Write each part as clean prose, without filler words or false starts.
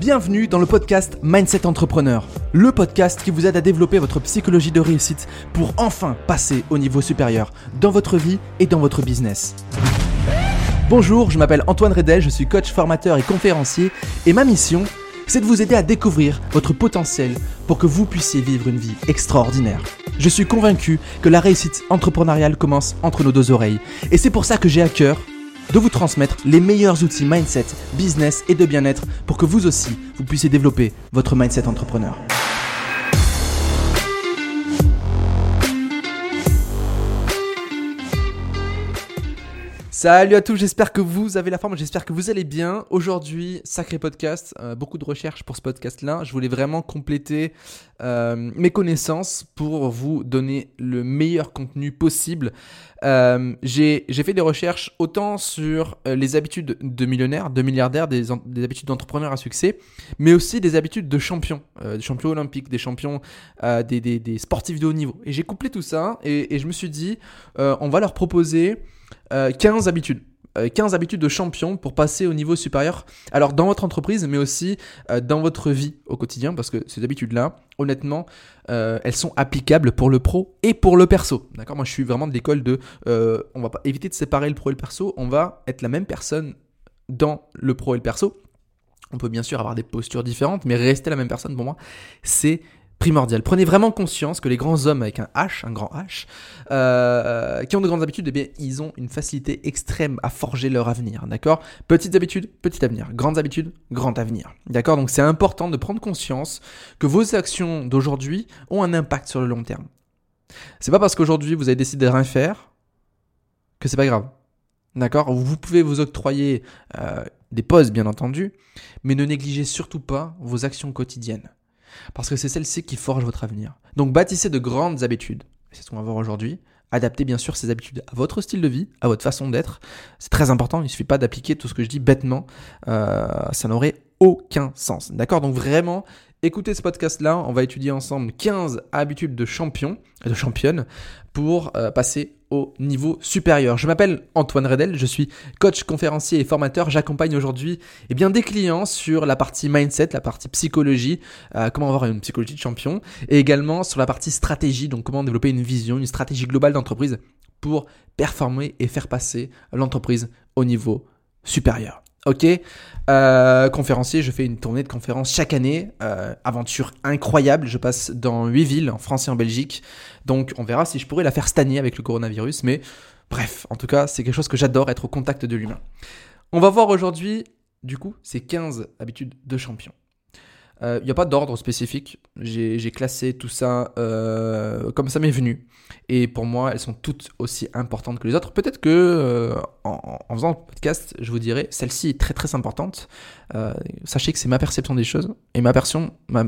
Bienvenue dans le podcast Mindset Entrepreneur, le podcast qui vous aide à développer votre psychologie de réussite pour enfin passer au niveau supérieur dans votre vie et dans votre business. Bonjour, je m'appelle Antoine Redel, je suis coach, formateur et conférencier et ma mission, c'est de vous aider à découvrir votre potentiel pour que vous puissiez vivre une vie extraordinaire. Je suis convaincu que la réussite entrepreneuriale commence entre nos deux oreilles et c'est pour ça que j'ai à cœur de vous transmettre les meilleurs outils mindset, business et de bien-être pour que vous aussi, vous puissiez développer votre mindset entrepreneur. Salut à tous, j'espère que vous avez la forme, j'espère que vous allez bien. Aujourd'hui, sacré podcast, beaucoup de recherches pour ce podcast-là. Je voulais vraiment compléter mes connaissances pour vous donner le meilleur contenu possible. J'ai fait des recherches autant sur les habitudes de millionnaires, de milliardaires, des habitudes d'entrepreneurs à succès, mais aussi des habitudes de champions, des champions olympiques, des champions, des sportifs de haut niveau. Et j'ai couplé tout ça et je me suis dit, on va leur proposer 15 habitudes. 15 habitudes de champion pour passer au niveau supérieur. Alors dans votre entreprise, mais aussi dans votre vie au quotidien, parce que ces habitudes-là, honnêtement, elles sont applicables pour le pro et pour le perso. D'accord ? Moi, je suis vraiment de l'école de, on va pas éviter de séparer le pro et le perso. On va être la même personne dans le pro et le perso. On peut bien sûr avoir des postures différentes, mais rester la même personne pour moi, c'est primordial. Prenez vraiment conscience que les grands hommes avec un H, un grand H, qui ont de grandes habitudes, eh bien, ils ont une facilité extrême à forger leur avenir, d'accord ? Petites habitudes, petit avenir. Grandes habitudes, grand avenir, d'accord ? Donc, c'est important de prendre conscience que vos actions d'aujourd'hui ont un impact sur le long terme. C'est pas parce qu'aujourd'hui, vous avez décidé de rien faire que c'est pas grave, d'accord ? Vous pouvez vous octroyer des pauses, bien entendu, mais ne négligez surtout pas vos actions quotidiennes. Parce que c'est celle-ci qui forge votre avenir. Donc bâtissez de grandes habitudes. C'est ce qu'on va voir aujourd'hui. Adaptez bien sûr ces habitudes à votre style de vie, à votre façon d'être. C'est très important. Il ne suffit pas d'appliquer tout ce que je dis bêtement. Ça n'aurait aucun sens. D'accord ? Donc vraiment, écoutez ce podcast-là. On va étudier ensemble 15 habitudes de champion, de championne pour passer au niveau supérieur. Je m'appelle Antoine Redel, je suis coach, conférencier et formateur. J'accompagne aujourd'hui des clients sur la partie mindset, la partie psychologie, comment avoir une psychologie de champion, et également sur la partie stratégie, donc comment développer une vision, une stratégie globale d'entreprise pour performer et faire passer l'entreprise au niveau supérieur. Ok, conférencier, je fais une tournée de conférences chaque année, aventure incroyable, je passe dans 8 villes en France et en Belgique, donc on verra si je pourrais la faire cette année avec le coronavirus, mais bref, en tout cas c'est quelque chose que j'adore, être au contact de l'humain. On va voir aujourd'hui, du coup, ces 15 habitudes de champion. Il n'y a pas d'ordre spécifique, j'ai classé tout ça comme ça m'est venu. Et pour moi, elles sont toutes aussi importantes que les autres. Peut-être que en faisant le podcast, je vous dirais, celle-ci est très très importante. Sachez que c'est ma perception des choses et ma perception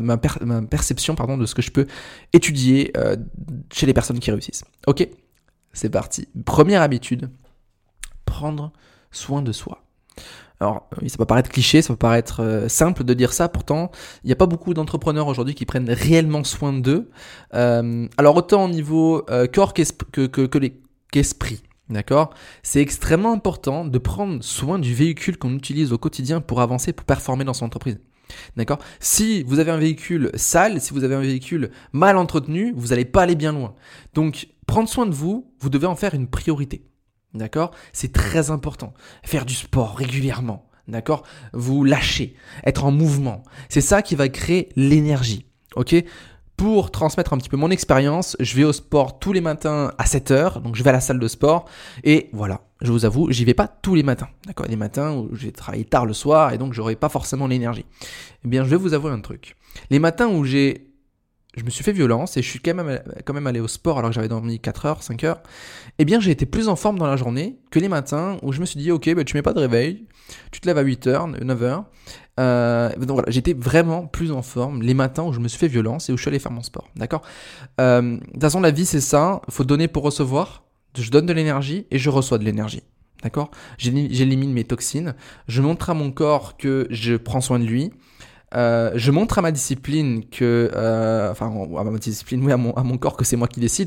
de ce que je peux étudier chez les personnes qui réussissent. Ok, c'est parti. Première habitude, prendre soin de soi. Alors, ça peut paraître cliché, ça peut paraître simple de dire ça, pourtant, il n'y a pas beaucoup d'entrepreneurs aujourd'hui qui prennent réellement soin d'eux. Alors, autant au niveau corps qu'esprit, d'accord ? C'est extrêmement important de prendre soin du véhicule qu'on utilise au quotidien pour avancer, pour performer dans son entreprise. D'accord ? Si vous avez un véhicule sale, si vous avez un véhicule mal entretenu, vous n'allez pas aller bien loin. Donc, prendre soin de vous, vous devez en faire une priorité. D'accord ? C'est très important. Faire du sport régulièrement. D'accord ? Vous lâcher. Être en mouvement. C'est ça qui va créer l'énergie. Ok ? Pour transmettre un petit peu mon expérience, je vais au sport tous les matins à 7h. Donc, je vais à la salle de sport. Et voilà, je vous avoue, j'y vais pas tous les matins. D'accord ? Les matins où j'ai travaillé tard le soir et donc j'aurai pas forcément l'énergie. Eh bien, je vais vous avouer un truc. Les matins où je me suis fait violence et je suis quand même allé au sport alors que j'avais dormi 4 heures, 5 heures, eh bien j'ai été plus en forme dans la journée que les matins où je me suis dit ok, tu mets pas de réveil, tu te lèves à 8 heures, 9 heures. Donc voilà, j'étais vraiment plus en forme les matins où je me suis fait violence et où je suis allé faire mon sport. D'accord ? De toute façon, la vie c'est ça, il faut donner pour recevoir. Je donne de l'énergie et je reçois de l'énergie. D'accord ? J'élimine mes toxines, je montre à mon corps que je prends soin de lui. Je montre à ma discipline que, à ma discipline, oui, à mon corps que c'est moi qui décide.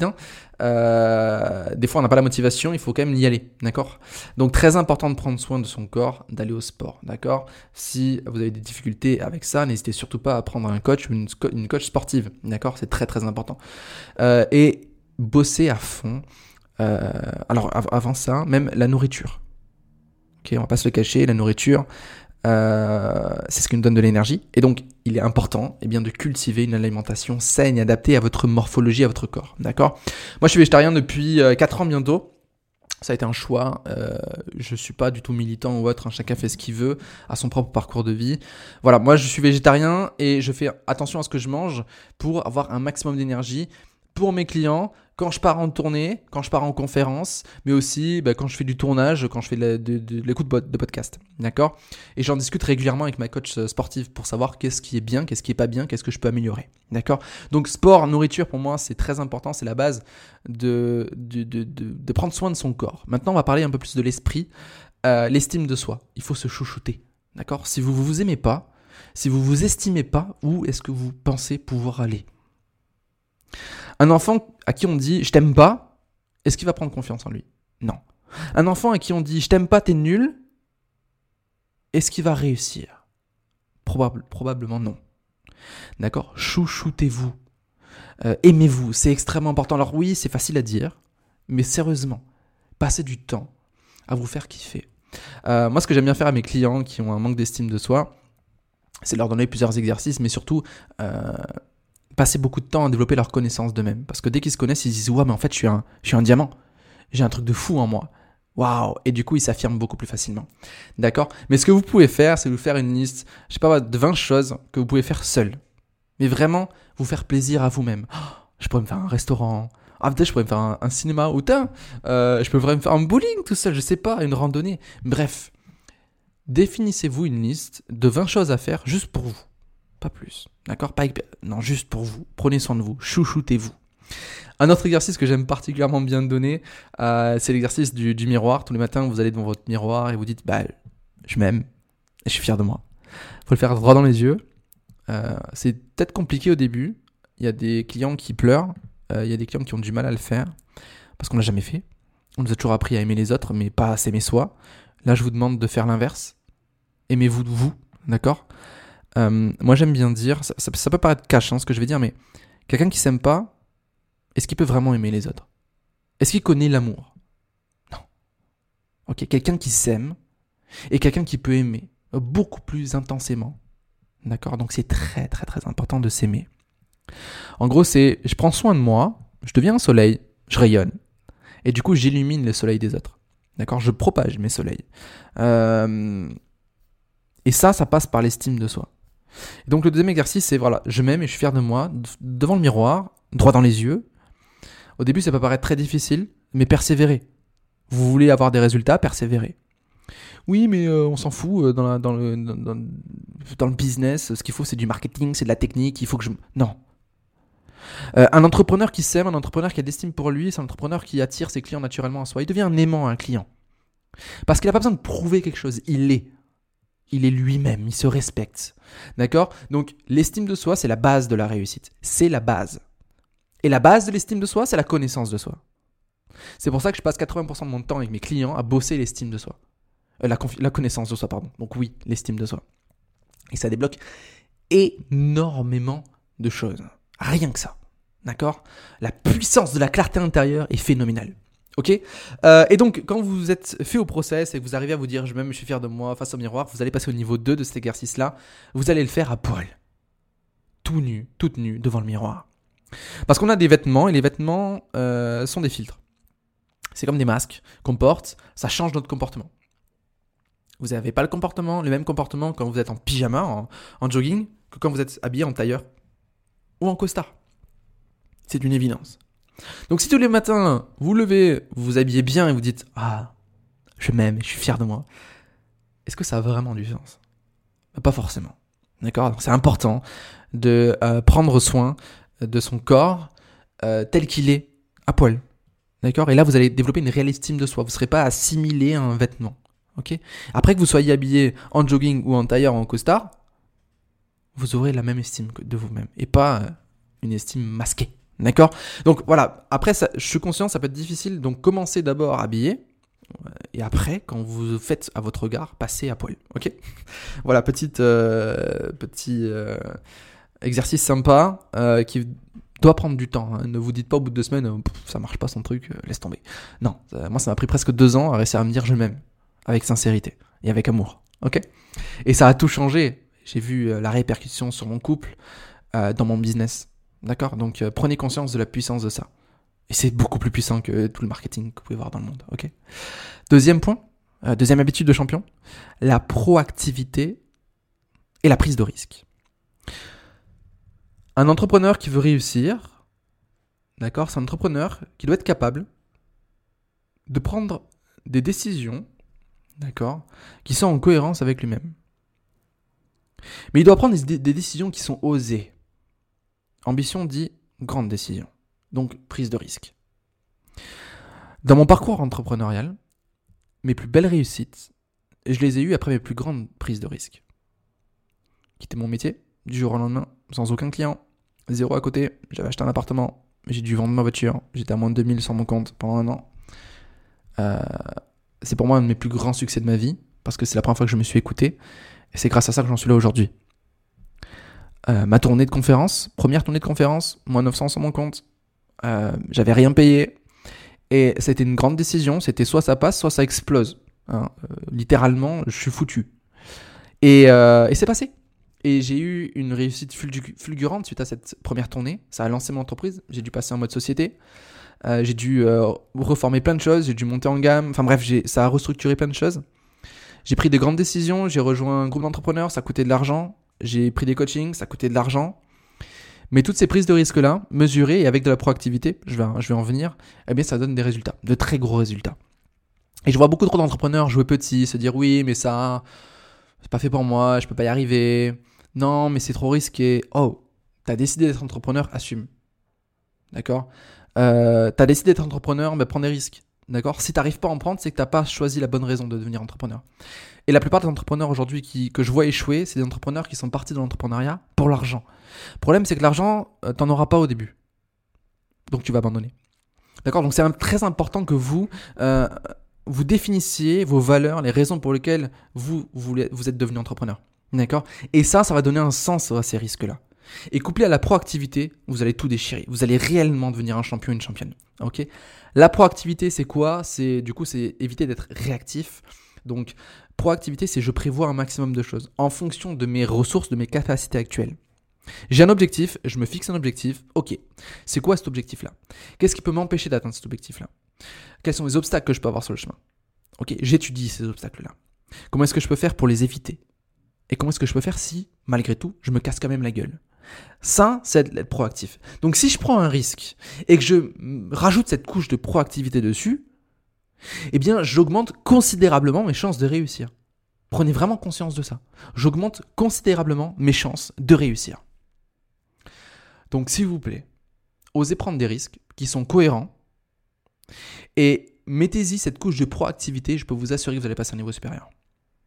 Des fois, on n'a pas la motivation, il faut quand même y aller, d'accord ? Donc, très important de prendre soin de son corps, d'aller au sport, d'accord ? Si vous avez des difficultés avec ça, n'hésitez surtout pas à prendre un coach ou une coach sportive, d'accord ? C'est très très important. Et bosser à fond. Alors, avant ça, même la nourriture. Ok, on va pas se le cacher, la nourriture. C'est ce qui nous donne de l'énergie. Et donc, il est important de cultiver une alimentation saine et adaptée à votre morphologie, à votre corps. D'accord ? Moi, je suis végétarien depuis 4 ans bientôt. Ça a été un choix. Je ne suis pas du tout militant ou autre. Chacun fait ce qu'il veut à son propre parcours de vie. Voilà, moi, je suis végétarien et je fais attention à ce que je mange pour avoir un maximum d'énergie pour mes clients, quand je pars en tournée, quand je pars en conférence, mais aussi quand je fais du tournage, quand je fais de l'écoute de podcast. D'accord ? Et j'en discute régulièrement avec ma coach sportive pour savoir qu'est-ce qui est bien, qu'est-ce qui est pas bien, qu'est-ce que je peux améliorer. D'accord ? Donc sport, nourriture, pour moi, c'est très important. C'est la base de prendre soin de son corps. Maintenant, on va parler un peu plus de l'esprit. L'estime de soi. Il faut se chouchouter. D'accord ? Si vous ne vous aimez pas, si vous ne vous estimez pas, où est-ce que vous pensez pouvoir aller ? Un enfant à qui on dit « je t'aime pas », est-ce qu'il va prendre confiance en lui ? Non. Un enfant à qui on dit « je t'aime pas, t'es nul », est-ce qu'il va réussir ? Probablement non. D'accord ? Chouchoutez-vous. Aimez-vous, c'est extrêmement important. Alors oui, c'est facile à dire, mais sérieusement, passez du temps à vous faire kiffer. Moi, ce que j'aime bien faire à mes clients qui ont un manque d'estime de soi, c'est leur donner plusieurs exercices, mais surtout passer beaucoup de temps à développer leur connaissance d'eux-mêmes. Parce que dès qu'ils se connaissent, ils se disent « ouais, mais en fait, je suis un diamant. J'ai un truc de fou en moi. » Waouh ! Et du coup, ils s'affirment beaucoup plus facilement. D'accord ? Mais ce que vous pouvez faire, c'est vous faire une liste, je sais pas, de 20 choses que vous pouvez faire seul. Mais vraiment, vous faire plaisir à vous-même. Oh, je pourrais me faire un restaurant. Ah, peut-être je pourrais me faire un cinéma hautain. Je pourrais me faire un bowling tout seul, je sais pas, une randonnée. Bref, définissez-vous une liste de 20 choses à faire juste pour vous. Pas plus. D'accord ? Non, juste pour vous. Prenez soin de vous. Chouchoutez-vous. Un autre exercice que j'aime particulièrement bien donner, c'est l'exercice du miroir. Tous les matins, vous allez devant votre miroir et vous dites je m'aime et je suis fier de moi. Il faut le faire droit dans les yeux. C'est peut-être compliqué au début. Il y a des clients qui pleurent. Il y a des clients qui ont du mal à le faire parce qu'on ne l'a jamais fait. On nous a toujours appris à aimer les autres, mais pas à s'aimer soi. Là, je vous demande de faire l'inverse. Aimez-vous de vous, d'accord ? Moi, j'aime bien dire, ça peut paraître cash ce que je vais dire, mais quelqu'un qui s'aime pas, est-ce qu'il peut vraiment aimer les autres ? Est-ce qu'il connaît l'amour ? Non. Ok, quelqu'un qui s'aime et quelqu'un qui peut aimer beaucoup plus intensément. D'accord ? Donc c'est très très très important de s'aimer. En gros, c'est je prends soin de moi, je deviens un soleil, je rayonne. Et du coup, j'illumine le soleil des autres. D'accord ? Je propage mes soleils. Et ça passe par l'estime de soi. Et donc le deuxième exercice, c'est je m'aime et je suis fier de moi, devant le miroir, droit dans les yeux. Au début, ça peut paraître très difficile, mais persévérez. Vous voulez avoir des résultats, persévérez. Oui, mais on s'en fout dans le business. Ce qu'il faut, c'est du marketing, c'est de la technique. Il faut que je... Non. Un entrepreneur qui s'aime, un entrepreneur qui a de l'estime pour lui, c'est un entrepreneur qui attire ses clients naturellement à soi. Il devient un aimant à un client. Parce qu'il n'a pas besoin de prouver quelque chose. Il est lui-même, il se respecte. D'accord ? Donc, l'estime de soi, c'est la base de la réussite. C'est la base. Et la base de l'estime de soi, c'est la connaissance de soi. C'est pour ça que je passe 80% de mon temps avec mes clients à bosser l'estime de soi. La connaissance de soi, pardon. Donc oui, l'estime de soi. Et ça débloque énormément de choses. Rien que ça. D'accord ? La puissance de la clarté intérieure est phénoménale. Ok ? Et donc, quand vous êtes fait au process et que vous arrivez à vous dire « je m'aime, je suis fier de moi » face au miroir, vous allez passer au niveau 2 de cet exercice-là. Vous allez le faire à poil. Tout nu, toute nue, devant le miroir. Parce qu'on a des vêtements et les vêtements sont des filtres. C'est comme des masques qu'on porte, ça change notre comportement. Vous n'avez pas le même comportement quand vous êtes en pyjama, en jogging, que quand vous êtes habillé en tailleur ou en costard. C'est une évidence. Donc si tous les matins, vous levez, vous vous habillez bien et vous dites « ah, je m'aime et je suis fier de moi », est-ce que ça a vraiment du sens ? Pas forcément. D'accord ? Donc c'est important de prendre soin de son corps tel qu'il est, à poil. D'accord ? Et là, vous allez développer une réelle estime de soi. Vous ne serez pas assimilé à un vêtement. Okay ? Après que vous soyez habillé en jogging ou en tailleur ou en costard, vous aurez la même estime de vous-même et pas une estime masquée. D'accord ? Donc voilà, après, je suis conscient, ça peut être difficile. Donc commencez d'abord habillé. Et après, quand vous faites à votre regard, passez à poil. Ok ? Voilà, petit exercice sympa qui doit prendre du temps. Hein. Ne vous dites pas au bout de 2 semaines, ça marche pas son truc, laisse tomber. Non, moi ça m'a pris presque 2 ans à réussir à me dire je m'aime, avec sincérité et avec amour. Ok ? Et ça a tout changé. J'ai vu la répercussion sur mon couple, dans mon business. D'accord ? Donc prenez conscience de la puissance de ça. Et c'est beaucoup plus puissant que tout le marketing que vous pouvez voir dans le monde. Ok ? Deuxième point, deuxième habitude de champion, la proactivité et la prise de risque. Un entrepreneur qui veut réussir, d'accord, c'est un entrepreneur qui doit être capable de prendre des décisions, d'accord, qui sont en cohérence avec lui-même. Mais il doit prendre des décisions qui sont osées. Ambition dit grande décision, donc prise de risque. Dans mon parcours entrepreneurial, mes plus belles réussites, je les ai eues après mes plus grandes prises de risque. Quitter mon métier du jour au lendemain, sans aucun client, 0 à côté, j'avais acheté un appartement, j'ai dû vendre ma voiture, j'étais à moins de 2000 sur mon compte pendant 1 an. C'est pour moi un de mes plus grands succès de ma vie, parce que c'est la première fois que je me suis écouté, et c'est grâce à ça que j'en suis là aujourd'hui. Ma tournée de conférence, première tournée de conférence, moins 900 sur mon compte, j'avais rien payé, et c'était une grande décision, c'était soit ça passe, soit ça explose. Hein. Littéralement, je suis foutu. Et c'est passé. Et j'ai eu une réussite fulgurante suite à cette première tournée. Ça a lancé mon entreprise. J'ai dû passer en mode société. J'ai dû reformer plein de choses. J'ai dû monter en gamme. Enfin bref, ça a restructuré plein de choses. J'ai pris de grandes décisions. J'ai rejoint un groupe d'entrepreneurs. Ça coûtait de l'argent. J'ai pris des coachings. Ça coûtait de l'argent. Mais toutes ces prises de risques-là, mesurées et avec de la proactivité, je vais en venir, eh bien ça donne des résultats. De très gros résultats. Et je vois beaucoup trop d'entrepreneurs jouer petit, se dire oui, mais ça, c'est pas fait pour moi, je peux pas y arriver. Non, mais c'est trop risqué. Oh, t'as décidé d'être entrepreneur, assume. D'accord ? T'as décidé d'être entrepreneur, prends des risques. D'accord ? Si t'arrives pas à en prendre, c'est que t'as pas choisi la bonne raison de devenir entrepreneur. Et la plupart des entrepreneurs aujourd'hui que je vois échouer, c'est des entrepreneurs qui sont partis de l'entrepreneuriat pour l'argent. Le problème, c'est que l'argent, t'en auras pas au début. Donc tu vas abandonner. D'accord ? Donc c'est très important que vous définissiez vos valeurs, les raisons pour lesquelles vous êtes devenu entrepreneur. D'accord ? Et ça va donner un sens à ces risques-là. Et couplé à la proactivité, vous allez tout déchirer. Vous allez réellement devenir un champion, une championne. Ok ? La proactivité, c'est quoi ? C'est éviter d'être réactif. Donc, proactivité, c'est je prévois un maximum de choses en fonction de mes ressources, de mes capacités actuelles. J'ai un objectif, je me fixe un objectif. Ok, c'est quoi cet objectif-là ? Qu'est-ce qui peut m'empêcher d'atteindre cet objectif-là ? Quels sont les obstacles que je peux avoir sur le chemin ? Ok, j'étudie ces obstacles-là. Comment est-ce que je peux faire pour les éviter ? Et comment est-ce que je peux faire si, malgré tout, je me casse quand même la gueule ? Ça, c'est d'être proactif. Donc si je prends un risque et que je rajoute cette couche de proactivité dessus, eh bien j'augmente considérablement mes chances de réussir. Prenez vraiment conscience de ça. J'augmente considérablement mes chances de réussir. Donc s'il vous plaît, osez prendre des risques qui sont cohérents et mettez-y cette couche de proactivité, je peux vous assurer que vous allez passer à un niveau supérieur. Ok ?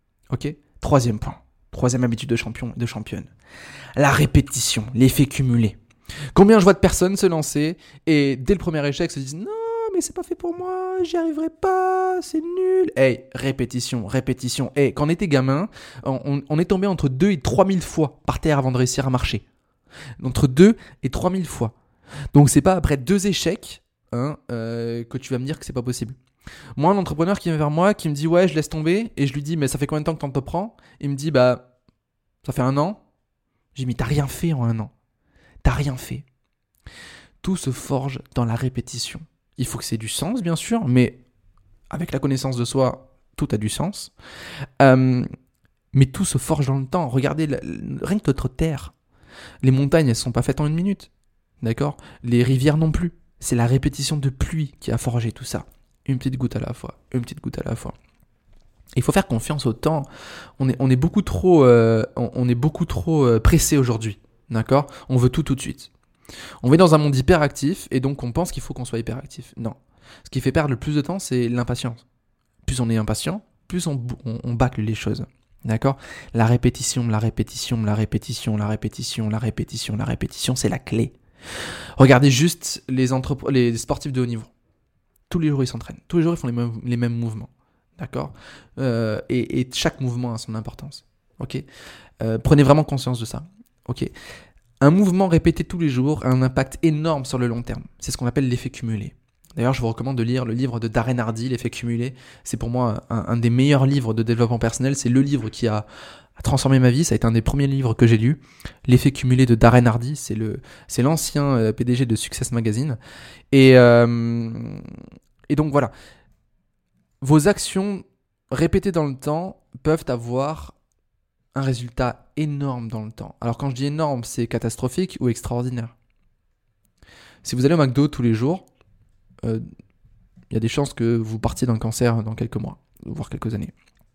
Troisième point. Troisième habitude de champion et de championne. La répétition, l'effet cumulé. Combien je vois de personnes se lancer et dès le premier échec se disent « Non, mais c'est pas fait pour moi, j'y arriverai pas, c'est nul. » Hey, répétition, répétition. Hey, quand on était gamin, on est tombé entre 2 et 3 000 fois par terre avant de réussir à marcher. Entre 2 et 3 000 fois. Donc c'est pas après 2 échecs que tu vas me dire que c'est pas possible. Moi, un entrepreneur qui vient vers moi, qui me dit « Ouais, je laisse tomber » et je lui dis « Mais ça fait combien de temps que t'en te prends ?» Il me dit « Bah, ça fait 1 an. » J'ai dit « Mais t'as rien fait en 1 an. T'as rien fait. » Tout se forge dans la répétition. Il faut que c'est du sens, bien sûr, mais avec la connaissance de soi, tout a du sens. Mais tout se forge dans le temps. Regardez, rien que notre terre. Les montagnes, elles ne sont pas faites en 1 minute. D'accord ? Les rivières non plus. C'est la répétition de pluie qui a forgé tout ça. Une petite goutte à la fois. Une petite goutte à la fois. Il faut faire confiance au temps. On est beaucoup trop pressé aujourd'hui. D'accord ? On veut tout de suite. On est dans un monde hyperactif et donc on pense qu'il faut qu'on soit hyperactif. Non. Ce qui fait perdre le plus de temps, c'est l'impatience. Plus on est impatient, plus on bâcle les choses. D'accord ? La répétition, c'est la clé. Regardez juste les sportifs de haut niveau. Tous les jours, ils s'entraînent. Tous les jours, ils font les mêmes mouvements. D'accord ? Et chaque mouvement a son importance. Ok ? Prenez vraiment conscience de ça. Ok ? Un mouvement répété tous les jours a un impact énorme sur le long terme. C'est ce qu'on appelle l'effet cumulé. D'ailleurs, je vous recommande de lire le livre de Darren Hardy, L'effet cumulé. C'est pour moi un des meilleurs livres de développement personnel. C'est le livre qui a transformé ma vie. Ça a été un des premiers livres que j'ai lus. L'effet cumulé de Darren Hardy, c'est l'ancien PDG de Success Magazine. Et donc voilà. Vos actions répétées dans le temps peuvent avoir un résultat énorme dans le temps. Alors quand je dis énorme, c'est catastrophique ou extraordinaire. Si vous allez au McDo tous les jours, il y a des chances que vous partiez d'un cancer dans quelques mois, voire quelques années.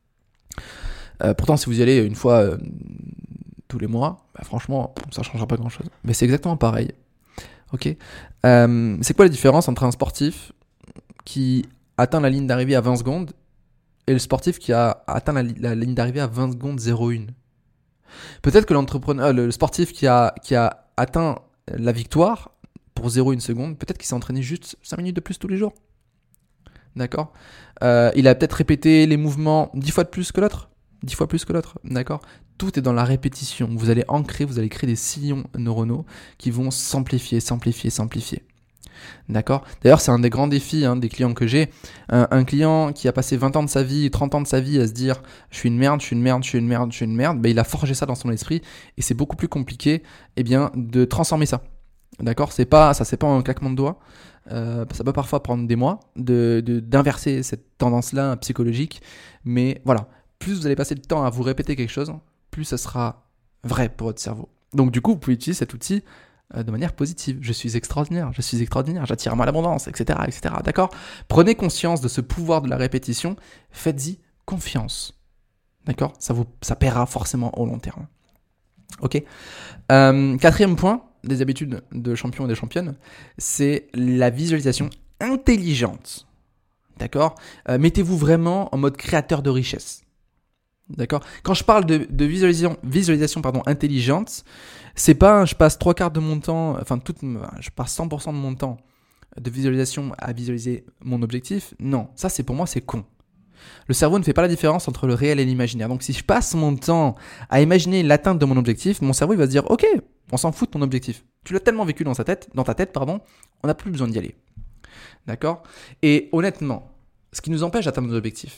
Pourtant, si vous y allez une fois tous les mois, franchement, ça ne changera pas grand-chose. Mais c'est exactement pareil. Ok. C'est quoi la différence entre un sportif qui atteint la ligne d'arrivée à 20 secondes et le sportif qui a atteint la ligne d'arrivée à 20 secondes 01? Peut-être que le sportif qui a atteint la victoire pour 0,1 seconde, peut-être qu'il s'est entraîné juste 5 minutes de plus tous les jours. D'accord ? Il a peut-être répété les mouvements 10 fois plus que l'autre. D'accord ? Tout est dans la répétition. Vous allez créer des sillons neuronaux qui vont s'amplifier. D'accord ? D'ailleurs, c'est un des grands défis des clients que j'ai. Un client qui a passé 20 ans de sa vie, 30 ans de sa vie à se dire « je suis une merde », il a forgé ça dans son esprit et c'est beaucoup plus compliqué de transformer ça. D'accord ? C'est pas un claquement de doigts. Ça peut parfois prendre des mois d'inverser cette tendance-là psychologique. Mais voilà, plus vous allez passer le temps à vous répéter quelque chose, plus ça sera vrai pour votre cerveau. Donc du coup, vous pouvez utiliser cet outil de manière positive. Je suis extraordinaire, j'attire à moi l'abondance, etc., etc. D'accord ? Prenez conscience de ce pouvoir de la répétition, faites-y confiance. D'accord ? Ça paiera forcément au long terme. Ok ? Quatrième point des habitudes de champions et de championnes, c'est la visualisation intelligente. D'accord ? Mettez-vous vraiment en mode créateur de richesse. D'accord ? Quand je parle de visualisation intelligente, c'est pas je passe 3/4 de mon temps, je passe 100% de mon temps de visualisation à visualiser mon objectif. Non, ça pour moi c'est con. Le cerveau ne fait pas la différence entre le réel et l'imaginaire. Donc si je passe mon temps à imaginer l'atteinte de mon objectif, mon cerveau il va se dire ok, on s'en fout de ton objectif. Tu l'as tellement vécu dans ta tête, on n'a plus besoin d'y aller. D'accord ? Et honnêtement, ce qui nous empêche d'atteindre nos objectifs,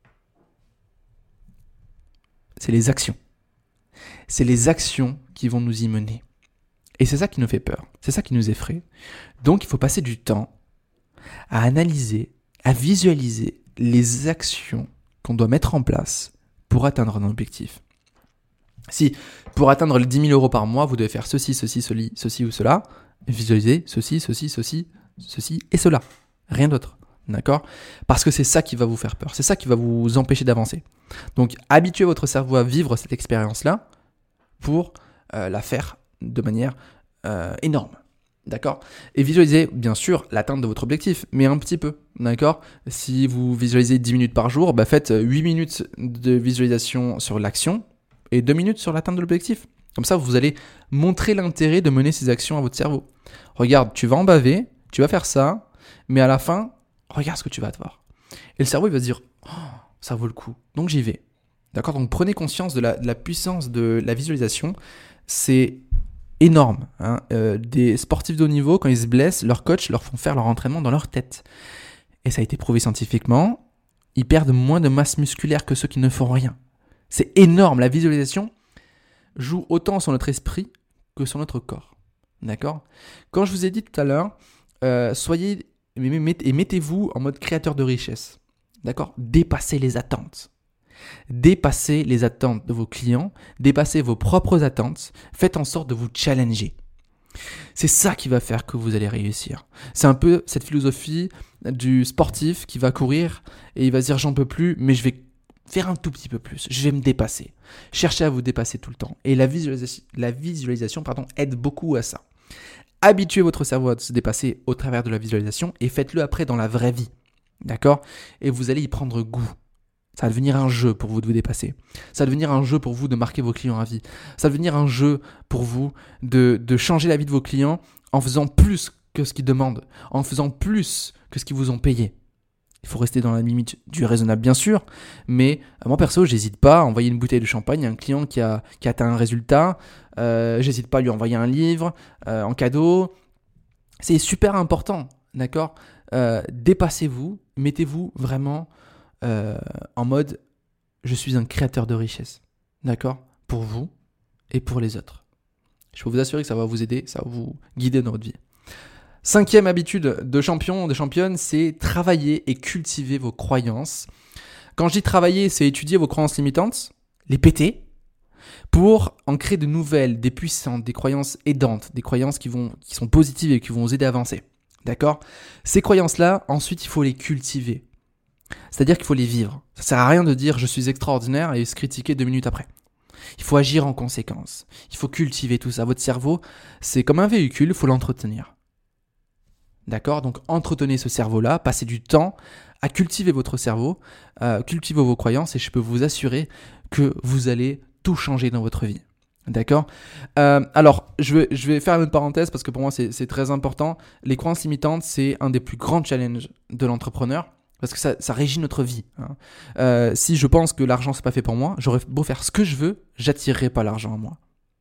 c'est les actions. C'est les actions qui vont nous y mener. Et c'est ça qui nous fait peur. C'est ça qui nous effraie. Donc il faut passer du temps à analyser, à visualiser les actions qu'on doit mettre en place pour atteindre un objectif. Si pour atteindre les 10 000 euros par mois, vous devez faire ceci ou cela, visualisez ceci et cela. Rien d'autre. D'accord ? Parce que c'est ça qui va vous faire peur. C'est ça qui va vous empêcher d'avancer. Donc, habituez votre cerveau à vivre cette expérience-là pour la faire de manière énorme. D'accord ? Et visualisez, bien sûr, l'atteinte de votre objectif, mais un petit peu. D'accord ? Si vous visualisez 10 minutes par jour, faites 8 minutes de visualisation sur l'action et 2 minutes sur l'atteinte de l'objectif. Comme ça, vous allez montrer l'intérêt de mener ces actions à votre cerveau. Regarde, tu vas en baver, tu vas faire ça, mais à la fin, regarde ce que tu vas avoir. Et le cerveau, il va se dire, oh, ça vaut le coup, donc j'y vais. D'accord ? Donc prenez conscience de la puissance de la visualisation. C'est énorme. Des sportifs de haut niveau, quand ils se blessent, leurs coachs leur font faire leur entraînement dans leur tête. Et ça a été prouvé scientifiquement, ils perdent moins de masse musculaire que ceux qui ne font rien. C'est énorme. La visualisation joue autant sur notre esprit que sur notre corps. D'accord ? Quand je vous ai dit tout à l'heure, mettez-vous en mode créateur de richesse. D'accord ? Dépassez les attentes. Dépassez les attentes de vos clients, dépassez vos propres attentes, faites en sorte de vous challenger. C'est ça qui va faire que vous allez réussir. C'est un peu cette philosophie du sportif qui va courir et il va se dire j'en peux plus, mais je vais faire un tout petit peu plus, je vais me dépasser. Cherchez à vous dépasser tout le temps. Et la visualisation aide beaucoup à ça. Habituez votre cerveau à se dépasser au travers de la visualisation et faites-le après dans la vraie vie. D'accord ? Et vous allez y prendre goût. Ça va devenir un jeu pour vous de vous dépasser. Ça va devenir un jeu pour vous de marquer vos clients à vie. Ça va devenir un jeu pour vous de changer la vie de vos clients en faisant plus que ce qu'ils demandent, en faisant plus que ce qu'ils vous ont payé. Il faut rester dans la limite du raisonnable, bien sûr, mais moi perso, j'hésite pas à envoyer une bouteille de champagne à un client qui a atteint un résultat. J'hésite pas à lui envoyer un livre en cadeau. C'est super important, d'accord ? Dépassez-vous, mettez-vous vraiment en mode je suis un créateur de richesse, d'accord ? Pour vous et pour les autres. Je peux vous assurer que ça va vous aider, ça va vous guider dans votre vie. 5e habitude de champion, de championne, c'est travailler et cultiver vos croyances. Quand je dis travailler, c'est étudier vos croyances limitantes, les péter, pour en créer de nouvelles, des puissantes, des croyances aidantes, des croyances qui sont positives et qui vont vous aider à avancer. D'accord ? Ces croyances-là, ensuite, il faut les cultiver. C'est-à-dire qu'il faut les vivre. Ça ne sert à rien de dire « je suis extraordinaire » et se critiquer 2 minutes après. Il faut agir en conséquence. Il faut cultiver tout ça. Votre cerveau, c'est comme un véhicule, il faut l'entretenir. D'accord ? Donc, entretenez ce cerveau-là, passez du temps à cultiver votre cerveau, cultiver vos croyances et je peux vous assurer que vous allez tout changer dans votre vie. D'accord ? Alors, je vais faire une autre parenthèse parce que pour moi, c'est très important. Les croyances limitantes, c'est un des plus grands challenges de l'entrepreneur parce que ça régit notre vie. Si je pense que l'argent, c'est pas fait pour moi, j'aurais beau faire ce que je veux, j'attirerai pas l'argent à moi.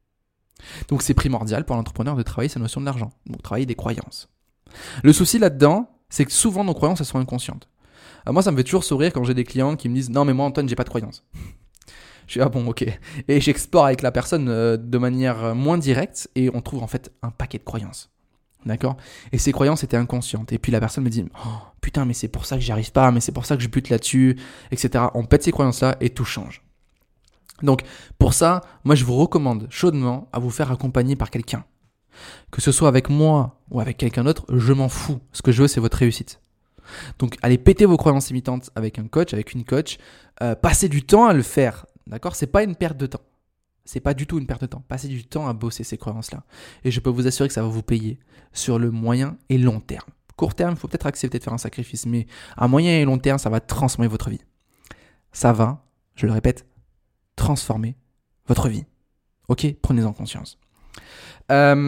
Donc, c'est primordial pour l'entrepreneur de travailler sa notion de l'argent, donc travailler des croyances. Le souci là-dedans, c'est que souvent nos croyances, elles sont inconscientes. Moi, ça me fait toujours sourire quand j'ai des clients qui me disent « Non, mais moi, Antoine, j'ai pas de croyances. » Je suis « Ah bon, ok. » Et j'explore avec la personne de manière moins directe et on trouve en fait un paquet de croyances. D'accord ? Et ces croyances étaient inconscientes. Et puis la personne me dit « Oh, putain, mais c'est pour ça que j'y arrive pas, mais c'est pour ça que je bute là-dessus, etc. » On pète ces croyances-là et tout change. Donc, pour ça, moi, je vous recommande chaudement à vous faire accompagner par quelqu'un. Que ce soit avec moi ou avec quelqu'un d'autre, je m'en fous. Ce que je veux, c'est votre réussite. Donc, allez péter vos croyances limitantes avec un coach, avec une coach. Passez du temps à le faire. D'accord ? C'est pas une perte de temps. C'est pas du tout une perte de temps. Passez du temps à bosser ces croyances-là. Et je peux vous assurer que ça va vous payer sur le moyen et long terme. Court terme, il faut peut-être accepter de faire un sacrifice, mais à moyen et long terme, ça va transformer votre vie. Ça va, je le répète, transformer votre vie. Ok ? Prenez-en conscience. D'ailleurs,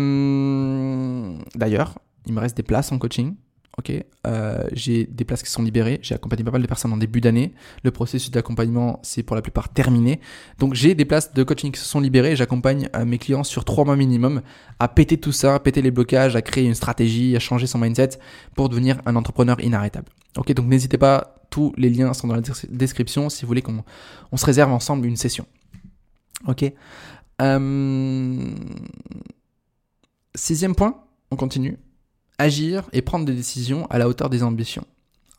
il me reste des places en coaching. Ok, j'ai des places qui sont libérées. J'ai accompagné pas mal de personnes en début d'année. Le processus d'accompagnement, c'est pour la plupart terminé. Donc, j'ai des places de coaching qui se sont libérées. J'accompagne mes clients sur 3 mois minimum à péter tout ça, à péter les blocages, à créer une stratégie, à changer son mindset pour devenir un entrepreneur inarrêtable. Ok, donc n'hésitez pas. Tous les liens sont dans la description si vous voulez qu'on se réserve ensemble une session. Ok. 6e point, on continue. Agir et prendre des décisions à la hauteur des ambitions. D'accord ?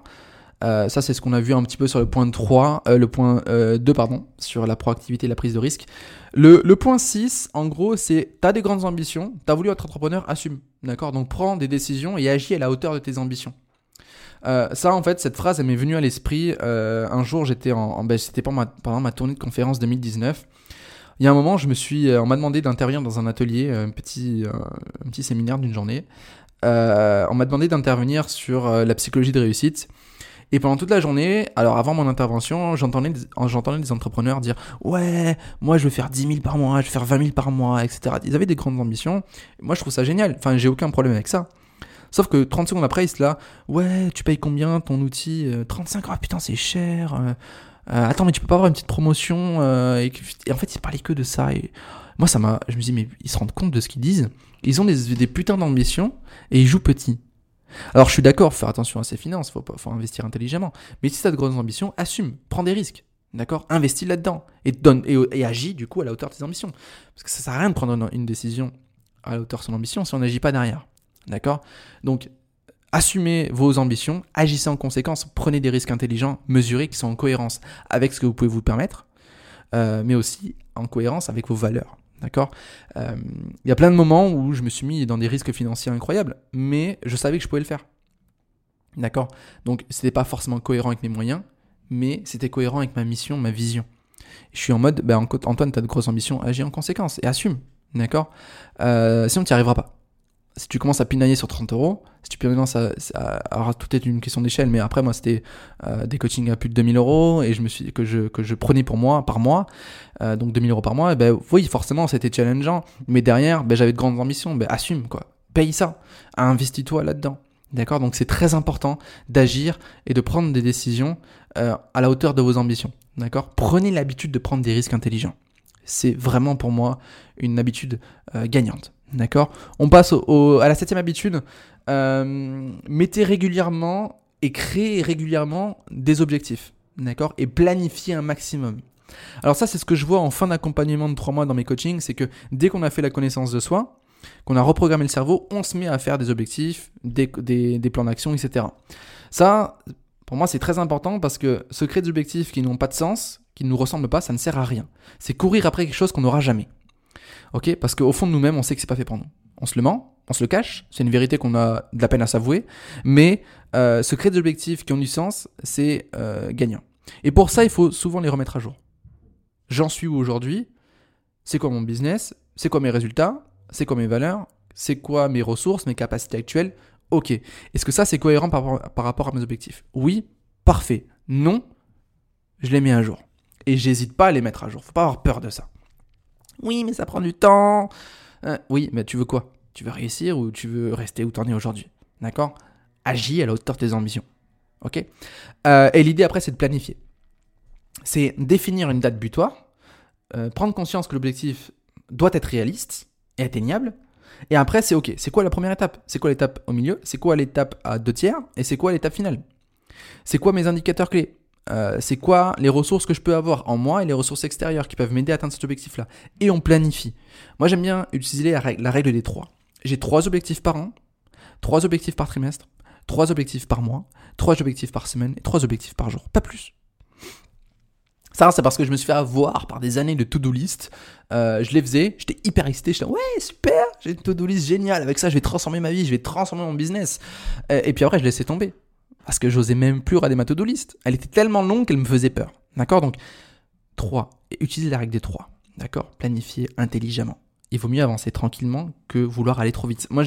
Ça, c'est ce qu'on a vu un petit peu sur le point 3, le point 2, sur la proactivité et la prise de risque. Le point 6, en gros, c'est t'as des grandes ambitions, t'as voulu être entrepreneur, assume. D'accord ? Donc, prends des décisions et agis à la hauteur de tes ambitions. Ça, en fait, cette phrase, elle m'est venue à l'esprit. Un jour, c'était pendant ma tournée de conférence 2019. Il y a un moment, on m'a demandé d'intervenir dans un atelier, un petit séminaire d'une journée. On m'a demandé d'intervenir sur la psychologie de réussite. Et pendant toute la journée, alors avant mon intervention, j'entendais des entrepreneurs dire « Ouais, moi je veux faire 10 000 par mois, je veux faire 20 000 par mois, etc. » Ils avaient des grandes ambitions. Moi, je trouve ça génial. Enfin, j'ai aucun problème avec ça. Sauf que 30 secondes après, ils se là « Ouais, tu payes combien ton outil 35 €, putain, c'est cher. Attends, mais tu peux pas avoir une petite promotion et en fait, ils parlaient que de ça. Et moi, je me dis, mais ils se rendent compte de ce qu'ils disent. Ils ont des putains d'ambitions et ils jouent petit. Alors, je suis d'accord, faut faire attention à ses finances, faut investir intelligemment. Mais si tu as de grosses ambitions, assume, prends des risques. D'accord ? Investis là-dedans et agis du coup à la hauteur de tes ambitions. Parce que ça sert à rien de prendre une décision à la hauteur de son ambition si on n'agit pas derrière. D'accord ? Donc, assumez vos ambitions, agissez en conséquence, prenez des risques intelligents, mesurés, qui sont en cohérence avec ce que vous pouvez vous permettre, mais aussi en cohérence avec vos valeurs. D'accord ? Il y a plein de moments où je me suis mis dans des risques financiers incroyables, mais je savais que je pouvais le faire. D'accord ? Donc, ce n'était pas forcément cohérent avec mes moyens, mais c'était cohérent avec ma mission, ma vision. Je suis en mode, Antoine, tu as de grosses ambitions, agis en conséquence et assume. D'accord ? Sinon, tu n'y arriveras pas. si tu commences à pinailler sur 30 €, si tu pinailles, alors tout est une question d'échelle, mais après moi c'était des coachings à plus de 2000 € et que je prenais pour moi par mois, donc 2000 € par mois, et ben oui forcément c'était challengeant, mais derrière j'avais de grandes ambitions, assume quoi, paye ça, investis-toi là-dedans, d'accord? Donc c'est très important d'agir et de prendre des décisions à la hauteur de vos ambitions, d'accord? Prenez l'habitude de prendre des risques intelligents, c'est vraiment pour moi une habitude gagnante. D'accord. On passe à la 7e habitude. Mettez régulièrement et créez régulièrement des objectifs. D'accord. Et planifiez un maximum. Alors ça, c'est ce que je vois en fin d'accompagnement de 3 mois dans mes coachings. C'est que dès qu'on a fait la connaissance de soi, qu'on a reprogrammé le cerveau, on se met à faire des objectifs, des plans d'action, etc. Ça, pour moi, c'est très important parce que se créer des objectifs qui n'ont pas de sens, qui ne nous ressemblent pas, ça ne sert à rien. C'est courir après quelque chose qu'on n'aura jamais. Ok, parce qu'au fond de nous-mêmes, on sait que c'est pas fait pour nous. On se le ment, on se le cache, c'est une vérité qu'on a de la peine à s'avouer, mais se créer des objectifs qui ont du sens, c'est gagnant. Et pour ça, il faut souvent les remettre à jour. J'en suis où aujourd'hui? C'est quoi mon business? C'est quoi mes résultats? C'est quoi mes valeurs? C'est quoi mes ressources, mes capacités actuelles? Ok. Est-ce que ça, c'est cohérent par rapport à mes objectifs? Oui, parfait. Non, je les mets à jour. Et j'hésite pas à les mettre à jour. Faut pas avoir peur de ça. Oui, mais ça prend du temps. Oui, mais tu veux quoi? Tu veux réussir ou tu veux rester où tu en es aujourd'hui? D'accord? Agis à la hauteur de tes ambitions. Ok? Et l'idée après, c'est de planifier. C'est définir une date butoir, prendre conscience que l'objectif doit être réaliste et atteignable. Et après, c'est ok. C'est quoi la première étape? C'est quoi l'étape au milieu? C'est quoi l'étape à 2/3? Et c'est quoi l'étape finale? C'est quoi mes indicateurs clés? C'est quoi les ressources que je peux avoir en moi et les ressources extérieures qui peuvent m'aider à atteindre cet objectif-là. Et on planifie. Moi, j'aime bien utiliser la règle des 3. J'ai 3 objectifs par an, 3 objectifs par trimestre, 3 objectifs par mois, 3 objectifs par semaine et 3 objectifs par jour. Pas plus. Ça, c'est parce que je me suis fait avoir par des années de to-do list. Je les faisais, j'étais hyper excité, j'étais ouais, super, j'ai une to-do list géniale. Avec ça, je vais transformer ma vie, je vais transformer mon business. Et puis après, je laissais tomber. Parce que j'osais même plus regarder ma to-do list. Elle était tellement longue qu'elle me faisait peur. D'accord? Donc, 3. Utilisez la règle des 3. D'accord? Planifiez intelligemment. Il vaut mieux avancer tranquillement que vouloir aller trop vite. Moi,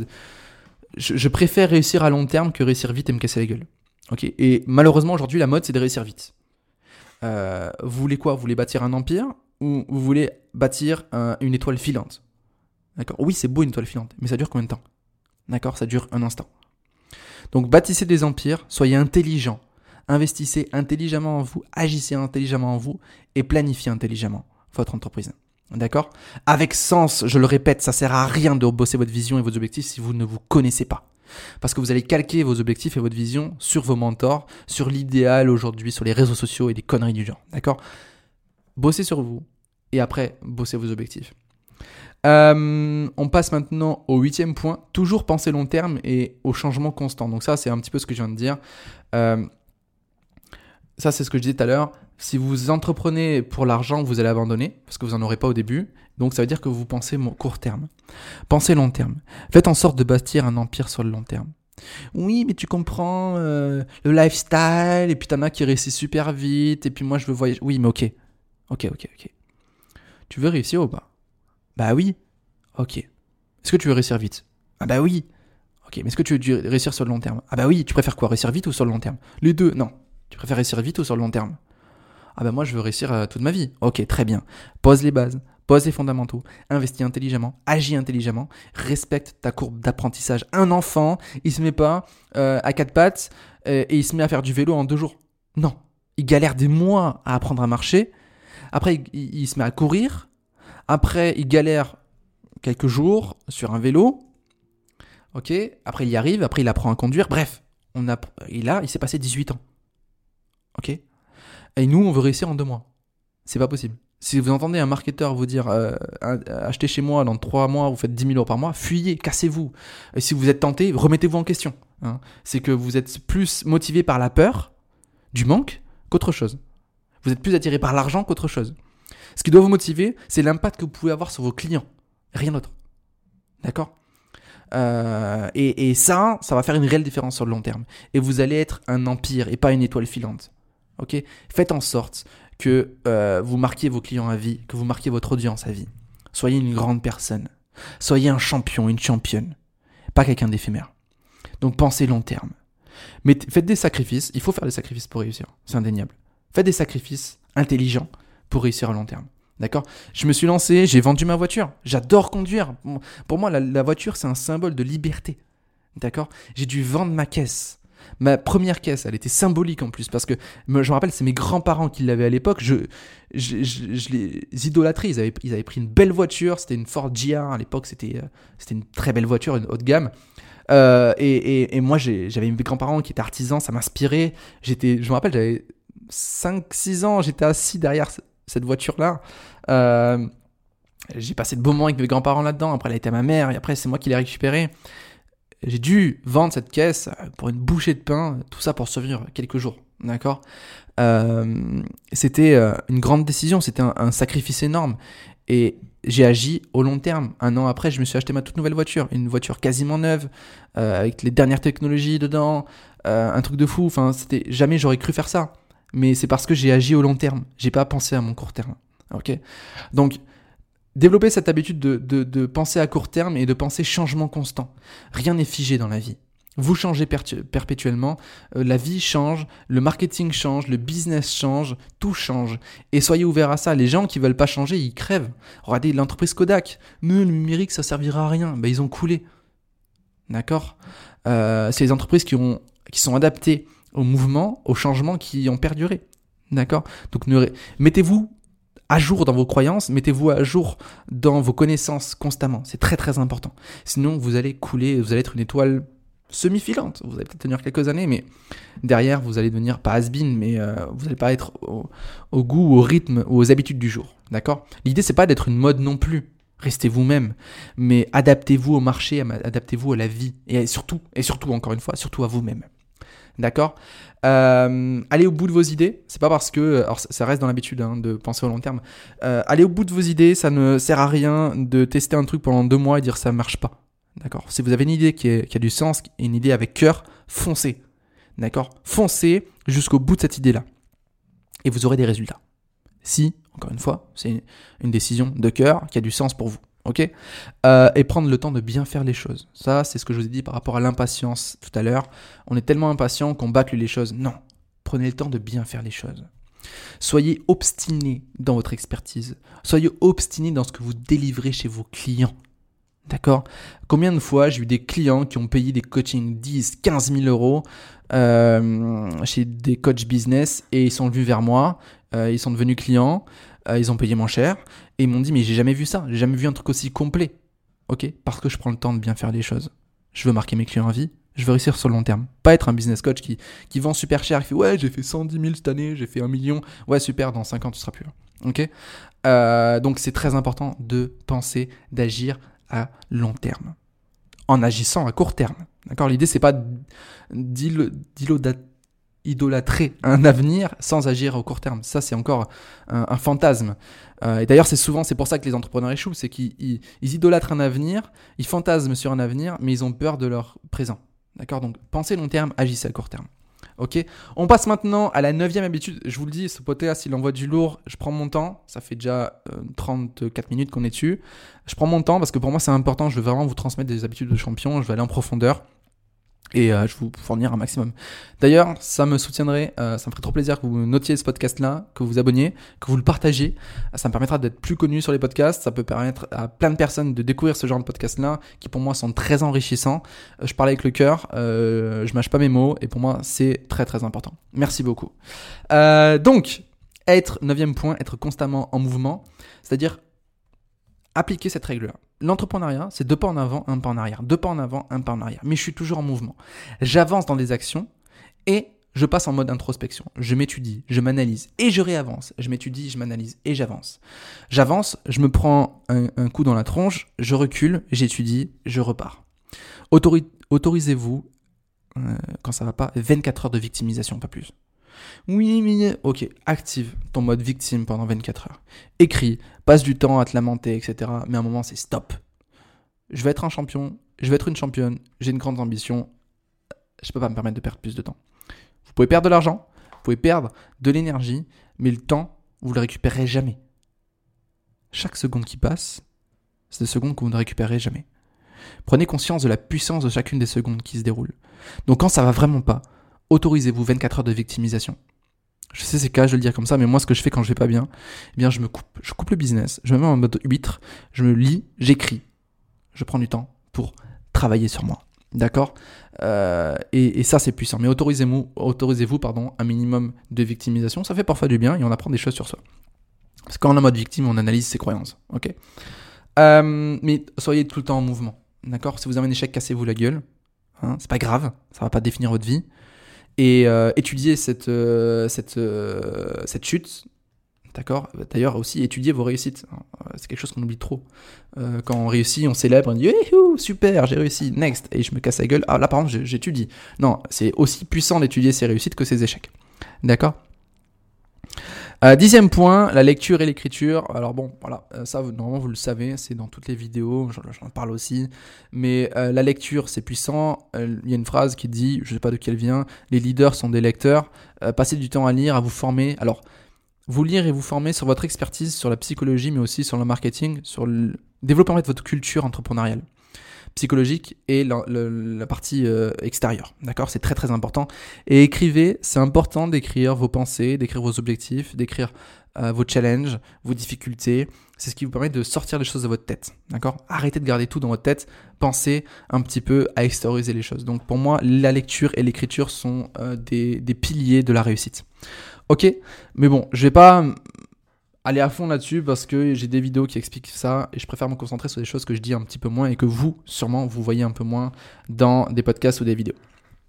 je préfère réussir à long terme que réussir vite et me casser la gueule. Ok? Et malheureusement, aujourd'hui, la mode, c'est de réussir vite. Vous voulez quoi? Vous voulez bâtir un empire ou vous voulez bâtir une étoile filante? D'accord? Oui, c'est beau une étoile filante, mais ça dure combien de temps? D'accord? Ça dure un instant. Donc bâtissez des empires, soyez intelligents, investissez intelligemment en vous, agissez intelligemment en vous et planifiez intelligemment votre entreprise. D'accord? Avec sens, je le répète, ça sert à rien de bosser votre vision et vos objectifs si vous ne vous connaissez pas. Parce que vous allez calquer vos objectifs et votre vision sur vos mentors, sur l'idéal aujourd'hui, sur les réseaux sociaux et des conneries du genre. D'accord? Bossez sur vous et après, bossez vos objectifs. On passe maintenant au 8e point, toujours penser long terme et au changement constant. Donc ça, c'est un petit peu ce que je viens de dire. Ça, c'est ce que je disais tout à l'heure. Si vous entreprenez pour l'argent, vous allez abandonner parce que vous n'en aurez pas au début. Donc ça veut dire que vous pensez court terme. Pensez long terme. Faites en sorte de bâtir un empire sur le long terme. Oui, mais tu comprends le lifestyle et puis t'en as qui réussissent super vite et puis moi je veux voyager. Oui, mais ok. Tu veux réussir ou pas? Bah oui. Ok. Est-ce que tu veux réussir vite? Ah bah oui. Ok, mais est-ce que tu veux réussir sur le long terme? Ah bah oui, tu préfères quoi? Réussir vite ou sur le long terme? Les deux, non. Tu préfères réussir vite ou sur le long terme? Ah bah moi je veux réussir toute ma vie. Ok, très bien. Pose les bases, pose les fondamentaux, investis intelligemment, agis intelligemment, respecte ta courbe d'apprentissage. Un enfant, il se met pas à 4 pattes et il se met à faire du vélo en 2 jours. Non, il galère des mois à apprendre à marcher. Après, il se met à courir. Après, il galère quelques jours sur un vélo. Ok. Après, il y arrive. Après, il apprend à conduire. Bref, il s'est passé 18 ans. Ok. Et nous, on veut réussir en 2 mois. C'est pas possible. Si vous entendez un marketeur vous dire achetez chez moi dans 3 mois, vous faites 10 000 € par mois, fuyez, cassez-vous. Et si vous êtes tenté, remettez-vous en question. Hein. C'est que vous êtes plus motivé par la peur du manque qu'autre chose. Vous êtes plus attiré par l'argent qu'autre chose. Ce qui doit vous motiver, c'est l'impact que vous pouvez avoir sur vos clients. Rien d'autre. D'accord ? Et ça va faire une réelle différence sur le long terme. Et vous allez être un empire et pas une étoile filante. Ok ? Faites en sorte que vous marquiez vos clients à vie, que vous marquiez votre audience à vie. Soyez une grande personne. Soyez un champion, une championne. pas quelqu'un d'éphémère. Donc pensez long terme. Mais faites des sacrifices, il faut faire des sacrifices pour réussir, c'est indéniable. Faites des sacrifices intelligents pour réussir à long terme. D'accord ? Je me suis lancé, j'ai vendu ma voiture. J'adore conduire. Pour moi, la voiture, c'est un symbole de liberté. D'accord ? J'ai dû vendre ma caisse. Ma première caisse, elle était symbolique en plus, parce que je me rappelle, c'est mes grands-parents qui l'avaient à l'époque. Je les idolâtrais. Ils avaient pris une belle voiture. C'était une Ford GR à l'époque. C'était une très belle voiture, une haut de gamme. Et moi, j'avais mes grands-parents qui étaient artisans. Ça m'inspirait. Je me rappelle, j'avais 5-6 ans. J'étais assis derrière cette voiture-là. J'ai passé de beaux moments avec mes grands-parents là-dedans. Après, elle a été à ma mère. Et après, c'est moi qui l'ai récupérée. J'ai dû vendre cette caisse pour une bouchée de pain, tout ça pour survivre quelques jours, d'accord ? C'était une grande décision, c'était un sacrifice énorme. Et j'ai agi au long terme. 1 an après, je me suis acheté ma toute nouvelle voiture, une voiture quasiment neuve, avec les dernières technologies dedans, un truc de fou. Enfin, jamais j'aurais cru faire ça. Mais c'est parce que j'ai agi au long terme. J'ai pas pensé à mon court terme, ok ? Donc, développer cette habitude de penser à court terme et de penser changement constant. Rien n'est figé dans la vie. Vous changez perpétuellement, la vie change, le marketing change, le business change, tout change. Et soyez ouverts à ça. Les gens qui veulent pas changer, ils crèvent. Regardez l'entreprise Kodak. Le numérique, ça servira à rien. Ils ont coulé. D'accord ? C'est les entreprises qui sont adaptées au mouvement, au changement, qui ont perduré. D'accord ? Donc mettez-vous à jour dans vos croyances, mettez-vous à jour dans vos connaissances constamment. C'est très très important. Sinon, vous allez couler, vous allez être une étoile semi-filante. Vous allez peut-être tenir quelques années, mais derrière, vous allez devenir pas has-been, mais vous n'allez pas être au goût, au rythme, aux habitudes du jour. D'accord ? L'idée, c'est pas d'être une mode non plus. Restez vous-même, mais adaptez-vous au marché, adaptez-vous à la vie, et surtout, encore une fois, surtout à vous-même. D'accord ? Allez au bout de vos idées. C'est pas parce que, alors ça reste dans l'habitude de penser au long terme. Allez au bout de vos idées. Ça ne sert à rien de tester un truc pendant 2 mois et dire ça marche pas. D'accord ? Si vous avez une idée qui a du sens, une idée avec cœur, foncez. D'accord ? Foncez jusqu'au bout de cette idée-là et vous aurez des résultats. Si, encore une fois, c'est une décision de cœur qui a du sens pour vous. Ok ? Et prendre le temps de bien faire les choses. Ça, c'est ce que je vous ai dit par rapport à l'impatience tout à l'heure. On est tellement impatient qu'on bâcle les choses. Non, prenez le temps de bien faire les choses. Soyez obstiné dans votre expertise. Soyez obstiné dans ce que vous délivrez chez vos clients. D'accord ? Combien de fois j'ai eu des clients qui ont payé des coachings 10, 15 000 euros chez des coachs business et ils sont venus vers moi, ils sont devenus clients, ils ont payé moins cher et ils m'ont dit mais j'ai jamais vu ça, j'ai jamais vu un truc aussi complet. Ok ? Parce que je prends le temps de bien faire les choses. Je veux marquer mes clients à vie, je veux réussir sur le long terme. Pas être un business coach qui vend super cher, qui fait ouais j'ai fait 110 000 cette année, j'ai fait 1 million, ouais super, dans 5 ans tu seras plus là. Ok ? Donc c'est très important de penser, d'agir à long terme, en agissant à court terme. D'accord ? L'idée, c'est pas d'idolâtrer un avenir sans agir au court terme. Ça, c'est encore un fantasme. Et d'ailleurs, c'est pour ça que les entrepreneurs échouent, c'est qu'ils idolâtrent un avenir, ils fantasment sur un avenir, mais ils ont peur de leur présent. D'accord ? Donc, pensez long terme, agissez à court terme. Ok, on passe maintenant à la 9e habitude. Je vous le dis, ce podcast, il envoie du lourd. Je prends mon temps. Ça fait déjà 34 minutes qu'on est dessus. Je prends mon temps parce que pour moi, c'est important. Je veux vraiment vous transmettre des habitudes de champion. Je vais aller en profondeur. Et je vais vous fournir un maximum. D'ailleurs, ça me soutiendrait, ça me ferait trop plaisir que vous notiez ce podcast-là, que vous vous abonniez, que vous le partagiez. Ça me permettra d'être plus connu sur les podcasts. Ça peut permettre à plein de personnes de découvrir ce genre de podcast-là, qui pour moi sont très enrichissants. Je parle avec le cœur, je mâche pas mes mots, et pour moi, c'est très très important. Merci beaucoup. Donc, 9e point, être constamment en mouvement, c'est-à-dire appliquer cette règle-là. L'entrepreneuriat, c'est 2 pas en avant, 1 pas en arrière. 2 pas en avant, 1 pas en arrière. Mais je suis toujours en mouvement. J'avance dans des actions et je passe en mode introspection. Je m'étudie, je m'analyse et je réavance. Je m'étudie, je m'analyse et j'avance. J'avance, je me prends un coup dans la tronche, je recule, j'étudie, je repars. Autorisez-vous, quand ça va pas, 24 heures de victimisation, pas plus. Oui, mais ok, active ton mode victime pendant 24 heures. Écris, passe du temps à te lamenter, etc. Mais à un moment, c'est stop. Je vais être un champion, je vais être une championne, j'ai une grande ambition. Je peux pas me permettre de perdre plus de temps. Vous pouvez perdre de l'argent, vous pouvez perdre de l'énergie, mais le temps, vous le récupérerez jamais. Chaque seconde qui passe, c'est des secondes que vous ne récupérerez jamais. Prenez conscience de la puissance de chacune des secondes qui se déroulent. Donc quand ça va vraiment pas, autorisez-vous 24 heures de victimisation. Je sais, c'est cas de le dire comme ça, mais moi, ce que je fais quand je vais pas bien, eh bien, je me coupe. Je coupe le business, je me mets en mode huître, je me lis, j'écris. Je prends du temps pour travailler sur moi. D'accord ? Et ça, c'est puissant. Mais autorisez-vous, un minimum de victimisation. Ça fait parfois du bien et on apprend des choses sur soi. Parce que quand on est en mode victime, on analyse ses croyances. Ok ? Mais soyez tout le temps en mouvement. D'accord ? Si vous avez un échec, cassez-vous la gueule. Hein, c'est pas grave, ça va pas définir votre vie. Et étudiez cette chute. D'accord ? D'ailleurs, aussi, étudiez vos réussites. C'est quelque chose qu'on oublie trop. Quand on réussit, on célèbre, on dit « super, j'ai réussi, next !» Et je me casse la gueule. Ah, là, par exemple, j'étudie. Non, c'est aussi puissant d'étudier ses réussites que ses échecs. D'accord ? 10e point, la lecture et l'écriture. Alors bon, voilà, ça, normalement, vous le savez, c'est dans toutes les vidéos, j'en parle aussi. Mais la lecture, c'est puissant. Il y a une phrase qui dit, je ne sais pas de qui elle vient, « Les leaders sont des lecteurs. Passez du temps à lire, à vous former. » Alors, vous lire et vous former sur votre expertise, sur la psychologie, mais aussi sur le marketing, sur le développer en fait votre culture entrepreneuriale, psychologique et la partie extérieure. D'accord ? C'est très très important. Et écrivez, c'est important d'écrire vos pensées, d'écrire vos objectifs, d'écrire vos challenges, vos difficultés. C'est ce qui vous permet de sortir les choses de votre tête. D'accord ? Arrêtez de garder tout dans votre tête. Pensez un petit peu à extérioriser les choses. Donc pour moi, la lecture et l'écriture sont des piliers de la réussite. Ok, mais bon, je vais pas aller à fond là-dessus parce que j'ai des vidéos qui expliquent ça et je préfère me concentrer sur des choses que je dis un petit peu moins et que vous, sûrement, vous voyez un peu moins dans des podcasts ou des vidéos.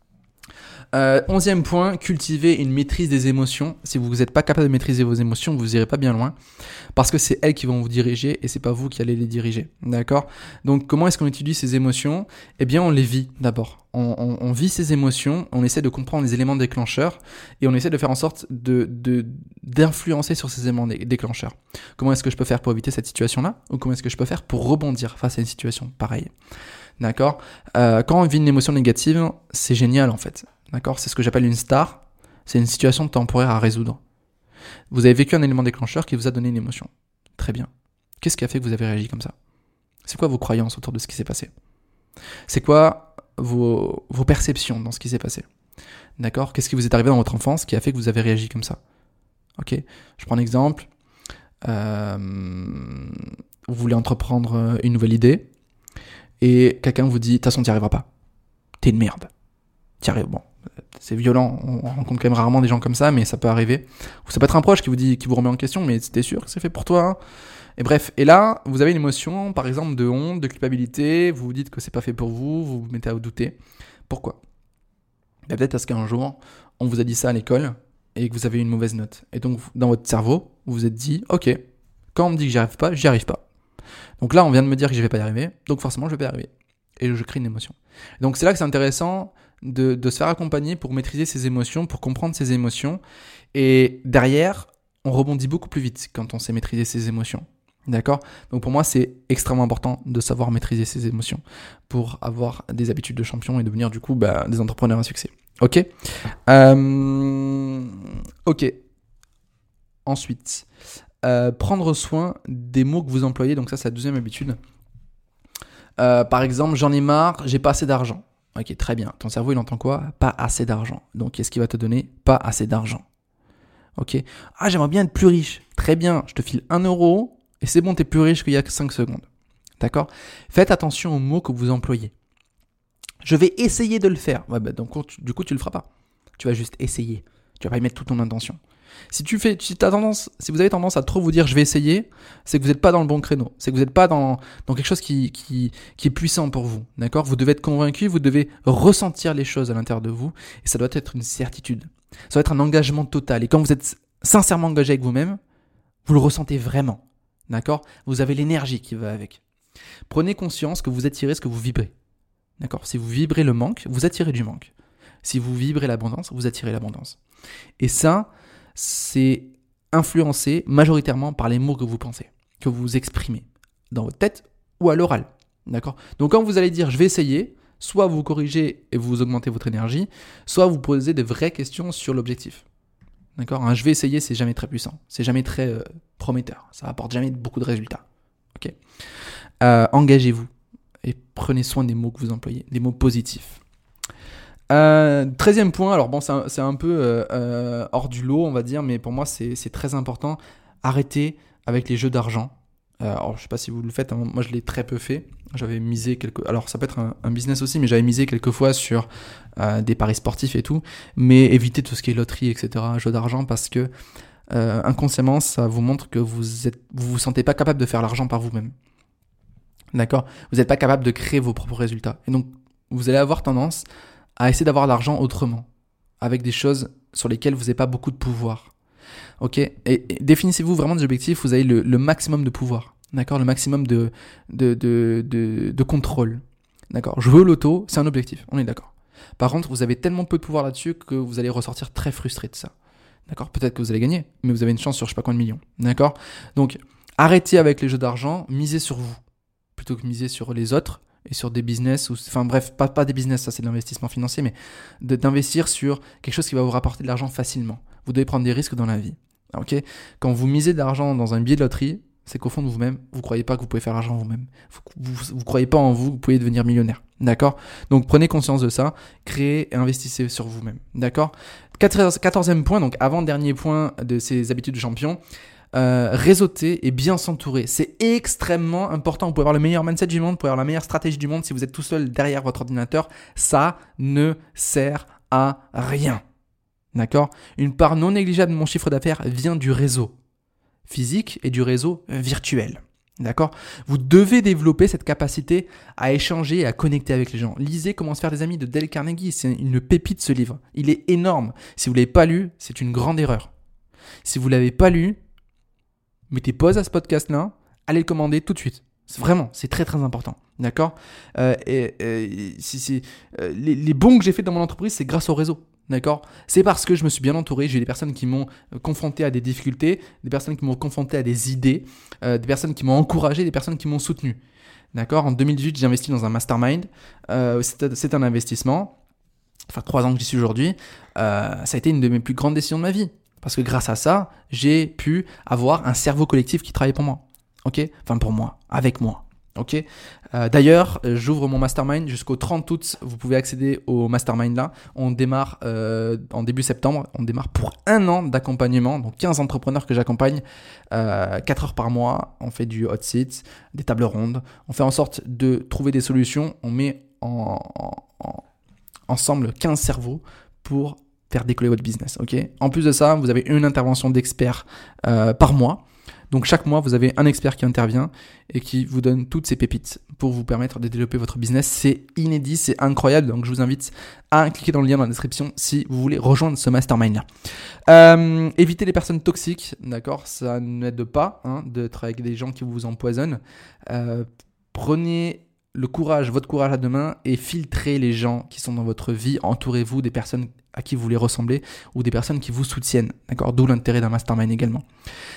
11e point, cultiver une maîtrise des émotions. Si vous n'êtes pas capable de maîtriser vos émotions, vous n'irez pas bien loin parce que c'est elles qui vont vous diriger et c'est pas vous qui allez les diriger. D'accord ? Donc comment est-ce qu'on étudie ces émotions ? Eh bien, on les vit d'abord. On vit ces émotions, on essaie de comprendre les éléments déclencheurs et on essaie de faire en sorte d'influencer sur ces éléments déclencheurs. Comment est-ce que je peux faire pour éviter cette situation-là ? Ou comment est-ce que je peux faire pour rebondir face à une situation pareille ? D'accord ? Quand on vit une émotion négative, c'est génial en fait. D'accord ? C'est ce que j'appelle une star. C'est une situation temporaire à résoudre. Vous avez vécu un élément déclencheur qui vous a donné une émotion. Très bien. Qu'est-ce qui a fait que vous avez réagi comme ça ? C'est quoi vos croyances autour de ce qui s'est passé ? C'est quoi vos perceptions dans ce qui s'est passé ? D'accord ? Qu'est-ce qui vous est arrivé dans votre enfance qui a fait que vous avez réagi comme ça ? Ok ? Je prends un exemple. Vous voulez entreprendre une nouvelle idée et quelqu'un vous dit « de toute façon, tu n'y arriveras pas. T'es une merde. » T'y arrives. Bon, c'est violent, on rencontre quand même rarement des gens comme ça, mais ça peut arriver. Ou ça peut être un proche qui vous remet en question, mais t'es sûr que c'est fait pour toi, hein ? Et bref, et là, vous avez une émotion, par exemple, de honte, de culpabilité, vous vous dites que c'est pas fait pour vous, vous vous mettez à douter. Pourquoi ? Peut-être parce qu'un jour, on vous a dit ça à l'école et que vous avez eu une mauvaise note. Et donc, dans votre cerveau, vous vous êtes dit, ok, quand on me dit que j'y arrive pas. Donc là, on vient de me dire que je vais pas y arriver, donc forcément, je vais pas y arriver. Et je crée une émotion. Donc c'est là que c'est intéressant de se faire accompagner pour maîtriser ses émotions, pour comprendre ses émotions. Et derrière, on rebondit beaucoup plus vite quand on sait maîtriser ses émotions. D'accord ? Donc pour moi, c'est extrêmement important de savoir maîtriser ses émotions pour avoir des habitudes de champion et devenir du coup des entrepreneurs à succès. Ok ? Ok. Ensuite, prendre soin des mots que vous employez. Donc ça, c'est la deuxième habitude. Par exemple, j'en ai marre, j'ai pas assez d'argent. Ok, très bien. Ton cerveau, il entend quoi ? Pas assez d'argent. Donc, qu'est-ce qu'il va te donner ? Pas assez d'argent. Ok. Ah, j'aimerais bien être plus riche. Très bien, je te file 1 euro et c'est bon, t'es plus riche qu'il y a 5 secondes. D'accord ? Faites attention aux mots que vous employez. Je vais essayer de le faire. Ouais, donc, du coup, tu le feras pas. Tu vas juste essayer. Tu vas pas y mettre toute ton intention. Si vous avez tendance à trop vous dire je vais essayer, c'est que vous n'êtes pas dans le bon créneau. C'est que vous n'êtes pas dans quelque chose qui est puissant pour vous. D'accord ? Vous devez être convaincu, vous devez ressentir les choses à l'intérieur de vous et ça doit être une certitude. Ça doit être un engagement total. Et quand vous êtes sincèrement engagé avec vous-même, vous le ressentez vraiment. D'accord ? Vous avez l'énergie qui va avec. Prenez conscience que vous attirez ce que vous vibrez. D'accord ? Si vous vibrez le manque, vous attirez du manque. Si vous vibrez l'abondance, vous attirez l'abondance. Et ça, c'est influencé majoritairement par les mots que vous pensez, que vous exprimez dans votre tête ou à l'oral. D'accord ? Donc quand vous allez dire « je vais essayer », soit vous corrigez et vous augmentez votre énergie, soit vous posez des vraies questions sur l'objectif. D'accord ? Un « je vais essayer », c'est jamais très puissant, c'est jamais très prometteur, ça apporte jamais beaucoup de résultats. Ok ? Engagez-vous. et prenez soin des mots que vous employez, des mots positifs. 13e point, alors bon, c'est un peu hors du lot, on va dire, mais pour moi, c'est très important. Arrêtez avec les jeux d'argent. Alors, je sais pas si vous le faites, hein, moi je l'ai très peu fait. J'avais misé alors ça peut être un business aussi, mais j'avais misé quelques fois sur des paris sportifs et tout. Mais évitez tout ce qui est loterie, etc., jeux d'argent, parce que inconsciemment, ça vous montre que vous sentez pas capable de faire l'argent par vous-même. D'accord ? Vous n'êtes pas capable de créer vos propres résultats. Et donc, vous allez avoir tendance à essayer d'avoir l'argent autrement, avec des choses sur lesquelles vous n'avez pas beaucoup de pouvoir. Ok ? Et définissez-vous vraiment des objectifs où vous avez le maximum de pouvoir. D'accord ? Le maximum de contrôle. D'accord ? Jouer au loto, c'est un objectif, on est d'accord. Par contre, vous avez tellement peu de pouvoir là-dessus que vous allez ressortir très frustré de ça. D'accord ? Peut-être que vous allez gagner, mais vous avez une chance sur je sais pas combien de millions. D'accord ? Donc, arrêtez avec les jeux d'argent, misez sur vous, plutôt que miser sur les autres et sur des business, enfin bref, pas des business, ça c'est de l'investissement financier, mais d'investir sur quelque chose qui va vous rapporter de l'argent facilement. Vous devez prendre des risques dans la vie. Ok ? Quand vous misez de l'argent dans un billet de loterie, c'est qu'au fond de vous-même, vous ne croyez pas que vous pouvez faire l'argent vous-même. Vous ne croyez pas en vous, vous pouvez devenir millionnaire. D'accord ? Donc prenez conscience de ça, créez et investissez sur vous-même. D'accord ? 14e point, donc avant-dernier point de ces habitudes de champion. Réseauter et bien s'entourer. C'est extrêmement important. Vous pouvez avoir le meilleur mindset du monde, vous pouvez avoir la meilleure stratégie du monde. Si vous êtes tout seul derrière votre ordinateur, ça ne sert à rien. D'accord ? Une part non négligeable de mon chiffre d'affaires vient du réseau physique et du réseau virtuel. D'accord ? Vous devez développer cette capacité à échanger et à connecter avec les gens. Lisez Comment se faire des amis de Dale Carnegie. C'est une pépite ce livre. Il est énorme. Si vous ne l'avez pas lu, c'est une grande erreur. Si vous ne l'avez pas lu, mettez pause à ce podcast-là, allez le commander tout de suite. C'est très très important. D'accord ? Les bons que j'ai fait dans mon entreprise, c'est grâce au réseau. D'accord ? C'est parce que je me suis bien entouré. J'ai des personnes qui m'ont confronté à des difficultés, des personnes qui m'ont confronté à des idées, des personnes qui m'ont encouragé, des personnes qui m'ont soutenu. D'accord ? En 2018, j'ai investi dans un mastermind. C'est un investissement. Ça fait 3 ans que j'y suis aujourd'hui. Ça a été une de mes plus grandes décisions de ma vie. Parce que grâce à ça, j'ai pu avoir un cerveau collectif qui travaille pour moi. Ok ? Enfin pour moi, avec moi. Ok ? D'ailleurs, j'ouvre mon mastermind jusqu'au 30 août. Vous pouvez accéder au mastermind là. On démarre en début septembre. On démarre pour 1 an d'accompagnement. Donc 15 entrepreneurs que j'accompagne 4 heures par mois. On fait du hot seat, des tables rondes. On fait en sorte de trouver des solutions. On met ensemble 15 cerveaux pour faire décoller votre business. Okay ? En plus de ça, vous avez une intervention d'expert par mois. Donc chaque mois, vous avez un expert qui intervient et qui vous donne toutes ces pépites pour vous permettre de développer votre business. C'est inédit, c'est incroyable. Donc je vous invite à cliquer dans le lien dans la description si vous voulez rejoindre ce mastermind-là. Évitez les personnes toxiques, d'accord ? Ça n'aide pas d'être avec des gens qui vous empoisonnent. Prenez votre courage à deux mains et filtrez les gens qui sont dans votre vie. Entourez-vous des personnes à qui vous voulez ressembler ou des personnes qui vous soutiennent. D'accord ? D'où l'intérêt d'un mastermind également. D'accord ?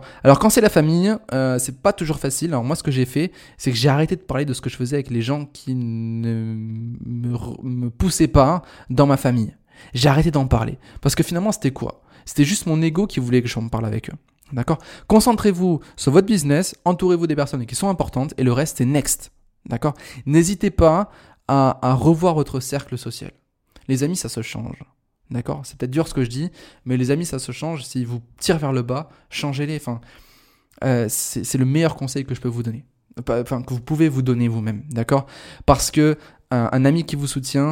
Alors quand c'est la famille, c'est pas toujours facile. Alors moi, ce que j'ai fait, c'est que j'ai arrêté de parler de ce que je faisais avec les gens qui ne me poussaient pas dans ma famille. J'ai arrêté d'en parler parce que finalement, c'était quoi ? C'était juste mon ego qui voulait que j'en parle avec eux. D'accord ? Concentrez-vous sur votre business, entourez-vous des personnes qui sont importantes et le reste, c'est next. D'accord ? N'hésitez pas à revoir votre cercle social. Les amis, ça se change. D'accord ? C'est peut-être dur ce que je dis, mais les amis, ça se change. S'ils vous tirent vers le bas, changez-les. Enfin, c'est le meilleur conseil que je peux vous donner. Enfin, que vous pouvez vous donner vous-même. D'accord ? Parce que un ami qui vous soutient,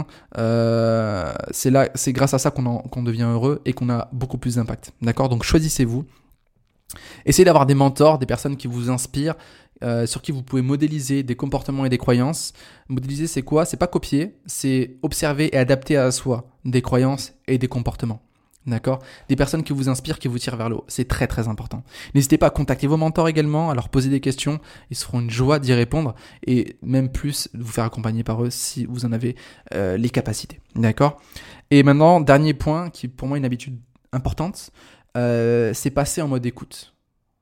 c'est grâce à ça qu'on devient heureux et qu'on a beaucoup plus d'impact. D'accord ? Donc, choisissez-vous. Essayez d'avoir des mentors, des personnes qui vous inspirent, sur qui vous pouvez modéliser des comportements et des croyances. Modéliser, c'est quoi ? C'est pas copier, c'est observer et adapter à soi des croyances et des comportements. D'accord ? Des personnes qui vous inspirent, qui vous tirent vers le haut. C'est très très important. N'hésitez pas à contacter vos mentors également, à leur poser des questions. Ils se feront une joie d'y répondre et même plus de vous faire accompagner par eux si vous en avez les capacités. D'accord ? Et maintenant, dernier point qui est pour moi une habitude importante, c'est passer en mode écoute. D'accord ?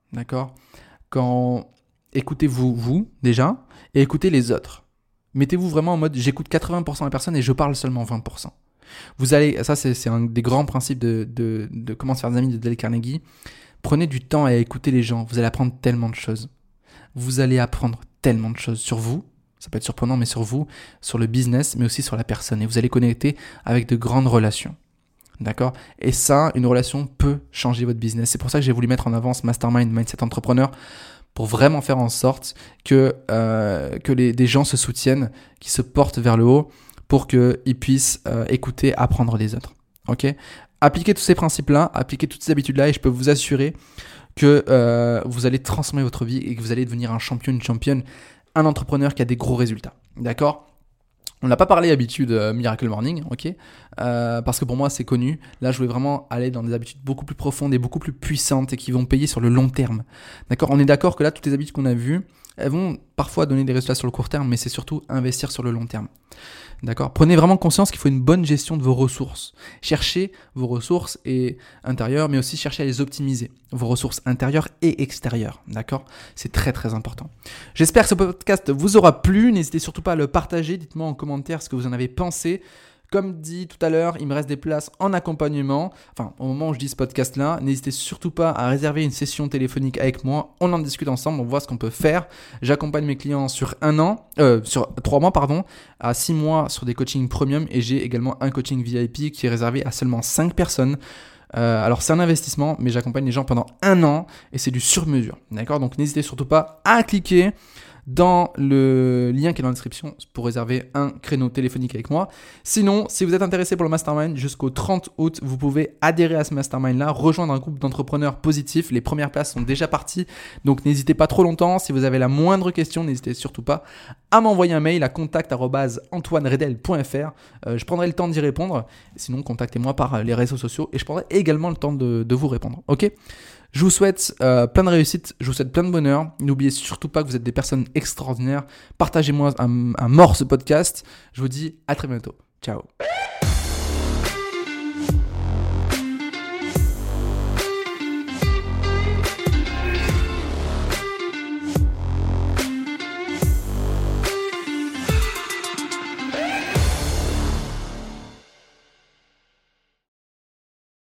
Écoutez-vous, vous, déjà, et écoutez les autres. Mettez-vous vraiment en mode j'écoute 80% des personnes et je parle seulement 20%. Ça c'est un des grands principes de Comment se faire des amis de Dale Carnegie. Prenez du temps à écouter les gens. Vous allez apprendre tellement de choses. Vous allez apprendre tellement de choses sur vous, ça peut être surprenant, mais sur vous, sur le business, mais aussi sur la personne. Et vous allez connecter avec de grandes relations. D'accord ? Et ça, une relation peut changer votre business. C'est pour ça que j'ai voulu mettre en avant ce Mastermind Mindset Entrepreneur pour vraiment faire en sorte que des gens se soutiennent, qu'ils se portent vers le haut pour qu'ils puissent écouter, apprendre des autres. Ok ? Appliquez tous ces principes-là, appliquez toutes ces habitudes-là et je peux vous assurer que vous allez transformer votre vie et que vous allez devenir un champion, une championne, un entrepreneur qui a des gros résultats. D'accord ? On n'a pas parlé habitude Miracle Morning, ok, parce que pour moi c'est connu. Là, je voulais vraiment aller dans des habitudes beaucoup plus profondes et beaucoup plus puissantes et qui vont payer sur le long terme. D'accord ? On est d'accord que là, toutes les habitudes qu'on a vues, elles vont parfois donner des résultats sur le court terme, mais c'est surtout investir sur le long terme. D'accord ? Prenez vraiment conscience qu'il faut une bonne gestion de vos ressources. Cherchez vos ressources intérieures, mais aussi cherchez à les optimiser. Vos ressources intérieures et extérieures. D'accord ? C'est très très important. J'espère que ce podcast vous aura plu. N'hésitez surtout pas à le partager. Dites-moi en commentaire ce que vous en avez pensé. Comme dit tout à l'heure, il me reste des places en accompagnement. Enfin, au moment où je dis ce podcast-là, n'hésitez surtout pas à réserver une session téléphonique avec moi. On en discute ensemble, on voit ce qu'on peut faire. J'accompagne mes clients sur 3 mois, à 6 mois sur des coachings premium et j'ai également un coaching VIP qui est réservé à seulement 5 personnes. Alors c'est un investissement, mais j'accompagne les gens pendant 1 an et c'est du sur-mesure. D'accord ? Donc n'hésitez surtout pas à cliquer dans le lien qui est dans la description pour réserver un créneau téléphonique avec moi. Sinon, si vous êtes intéressé pour le Mastermind, jusqu'au 30 août, vous pouvez adhérer à ce Mastermind-là, rejoindre un groupe d'entrepreneurs positifs. Les premières places sont déjà parties, donc n'hésitez pas trop longtemps. Si vous avez la moindre question, n'hésitez surtout pas à m'envoyer un mail à contact@antoineredel.fr. Je prendrai le temps d'y répondre. Sinon, contactez-moi par les réseaux sociaux et je prendrai également le temps de vous répondre. Ok ? Je vous souhaite plein de réussite, je vous souhaite plein de bonheur. N'oubliez surtout pas que vous êtes des personnes extraordinaires. Partagez-moi un mort ce podcast. Je vous dis à très bientôt. Ciao.